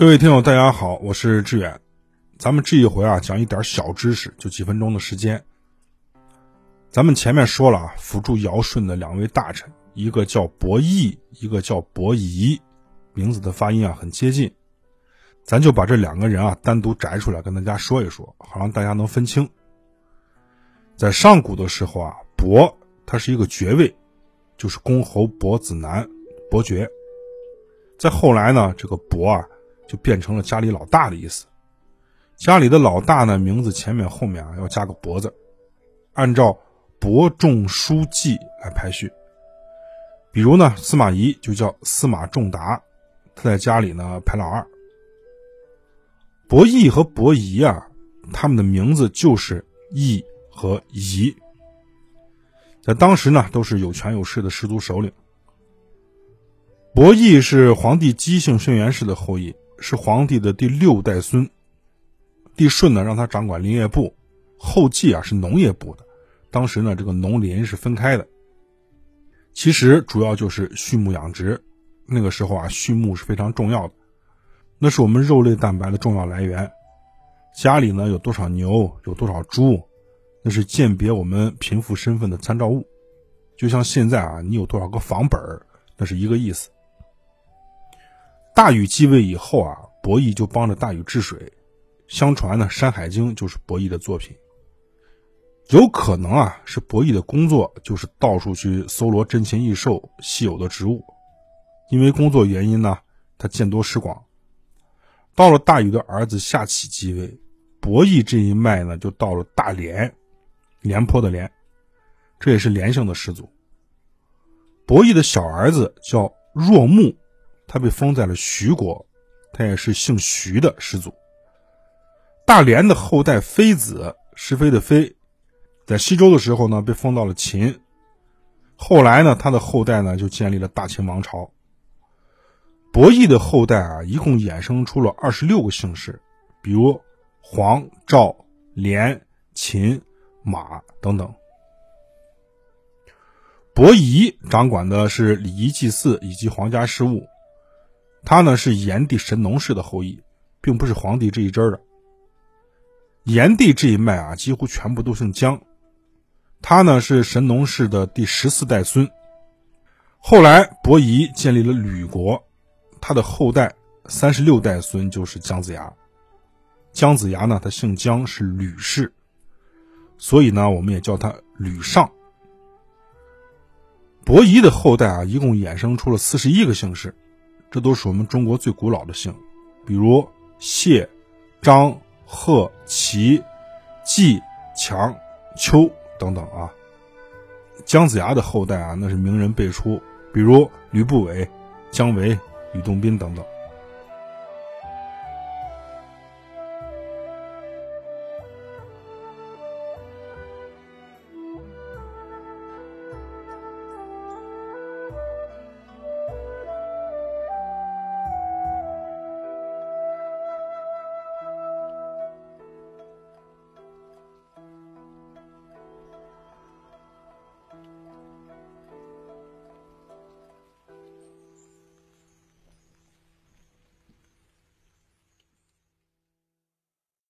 各位听友大家好，我是志远。咱们这一回讲一点小知识，就几分钟的时间。咱们前面说了辅助尧舜的两位大臣，一个叫伯益，一个叫伯夷，名字的发音很接近。咱就把这两个人单独摘出来跟大家说一说，好让大家能分清。在上古的时候伯它是一个爵位，就是公侯伯子男，伯爵。再后来呢，这个伯就变成了家里老大的意思。家里的老大呢，名字前面后面要加个伯字，按照伯仲叔季来排序。比如呢，司马懿就叫司马仲达，他在家里呢排老二。伯益和伯夷他们的名字就是益和夷，在当时呢都是有权有势的氏族首领。伯益是皇帝姬姓轩辕氏的后裔，是皇帝的第6代孙。帝舜呢让他掌管林业部，后继是农业部的。当时呢这个农林是分开的，其实主要就是畜牧养殖。那个时候畜牧是非常重要的，那是我们肉类蛋白的重要来源。家里呢有多少牛，有多少猪，那是鉴别我们贫富身份的参照物。就像现在你有多少个房本，那是一个意思。大禹继位以后伯益就帮着大禹治水，相传呢《山海经》就是伯益的作品。有可能是伯益的工作就是到处去搜罗珍禽异兽、稀有的植物。因为工作原因呢，他见多识广。到了大禹的儿子夏启继位，伯益这一脉呢就到了大连，廉颇的廉，这也是连姓的氏族。伯益的小儿子叫若木，他被封在了徐国，他也是姓徐的氏族。大连的后代妃子，是非的妃，在西周的时候呢被封到了秦，后来呢他的后代呢就建立了大秦王朝。伯益的后代一共衍生出了26个姓氏，比如黄、赵、连、秦、马等等。伯夷掌管的是礼仪祭祀以及皇家事务，他呢是炎帝神农氏的后裔，并不是皇帝这一支的。炎帝这一脉几乎全部都姓姜，他呢是神农氏的第14代孙。后来伯夷建立了吕国，他的后代36代孙就是姜子牙。姜子牙呢他姓姜，是吕氏，所以呢我们也叫他吕尚。伯夷的后代一共衍生出了41个姓氏，这都是我们中国最古老的姓，比如谢、张、贺、齐、季、强、丘等等姜子牙的后代那是名人辈出，比如吕不韦、姜维、吕洞宾等等。